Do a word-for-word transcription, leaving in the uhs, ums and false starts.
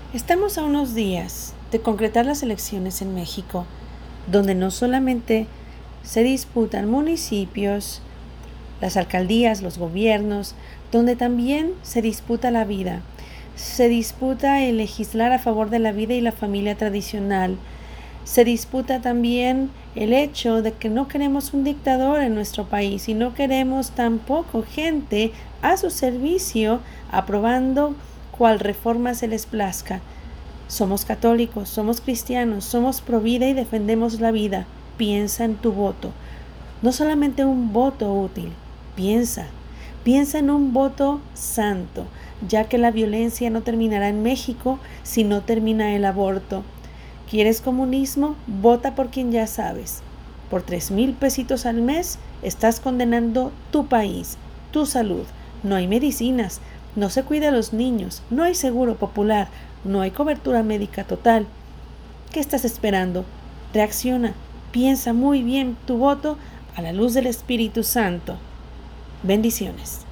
Estamos a unos días de concretar las elecciones en México, donde no solamente se disputan municipios, las alcaldías, los gobiernos, donde también se disputa la vida. Se disputa el legislar a favor de la vida y la familia tradicional. Se disputa también el hecho de que no queremos un dictador en nuestro país y no queremos tampoco gente a su servicio aprobando cual reforma se les plazca. Somos católicos, somos cristianos, somos pro vida y defendemos la vida. Piensa en tu voto. No solamente un voto útil, piensa. Piensa en un voto santo, ya que la violencia no terminará en México si no termina el aborto. ¿Quieres comunismo? Vota por quien ya sabes. Por tres mil pesitos al mes estás condenando tu país, tu salud. No hay medicinas, no se cuida a los niños, no hay seguro popular, no hay cobertura médica total. ¿Qué estás esperando? Reacciona, piensa muy bien tu voto a la luz del Espíritu Santo. Bendiciones.